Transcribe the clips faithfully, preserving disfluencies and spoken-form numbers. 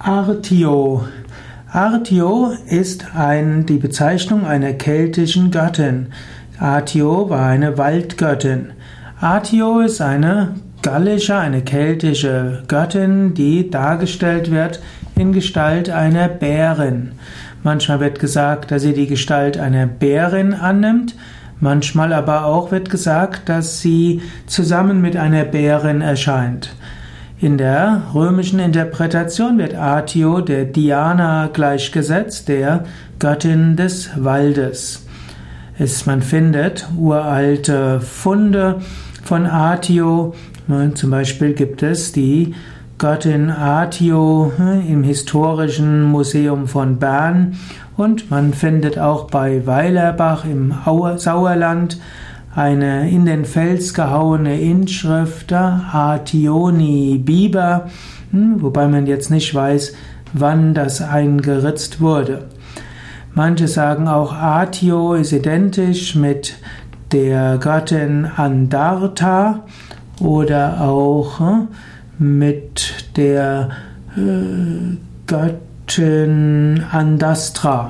Artio. Artio ist ein, die Bezeichnung einer keltischen Göttin. Artio war eine Waldgöttin. Artio ist eine gallische, eine keltische Göttin, die dargestellt wird in Gestalt einer Bärin. Manchmal wird gesagt, dass sie die Gestalt einer Bärin annimmt, manchmal aber auch wird gesagt, dass sie zusammen mit einer Bärin erscheint. In der römischen Interpretation wird Artio der Diana gleichgesetzt, der Göttin des Waldes. Es, man findet uralte Funde von Artio. Zum Beispiel gibt es die Göttin Artio im Historischen Museum von Bern und man findet auch bei Weilerbach im Sauerland eine in den Fels gehauene Inschrift Artioni Biber, wobei man jetzt nicht weiß, wann das eingeritzt wurde. Manche sagen auch, Artio ist identisch mit der Göttin Andarta oder auch mit der Göttin Andastra.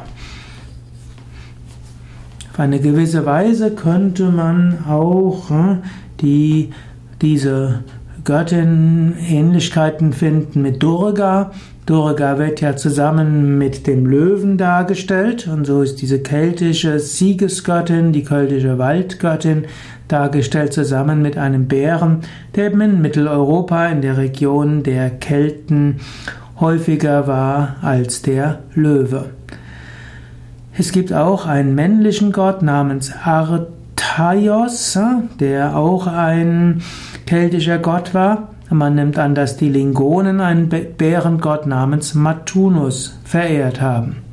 Auf eine gewisse Weise könnte man auch die, diese Göttin Ähnlichkeiten finden mit Durga. Durga wird ja zusammen mit dem Löwen dargestellt und so ist diese keltische Siegesgöttin, die keltische Waldgöttin, dargestellt zusammen mit einem Bären, der eben in Mitteleuropa in der Region der Kelten häufiger war als der Löwe. Es gibt auch einen männlichen Gott namens Artaios, der auch ein keltischer Gott war. Man nimmt an, dass die Lingonen einen Bärengott namens Matunus verehrt haben.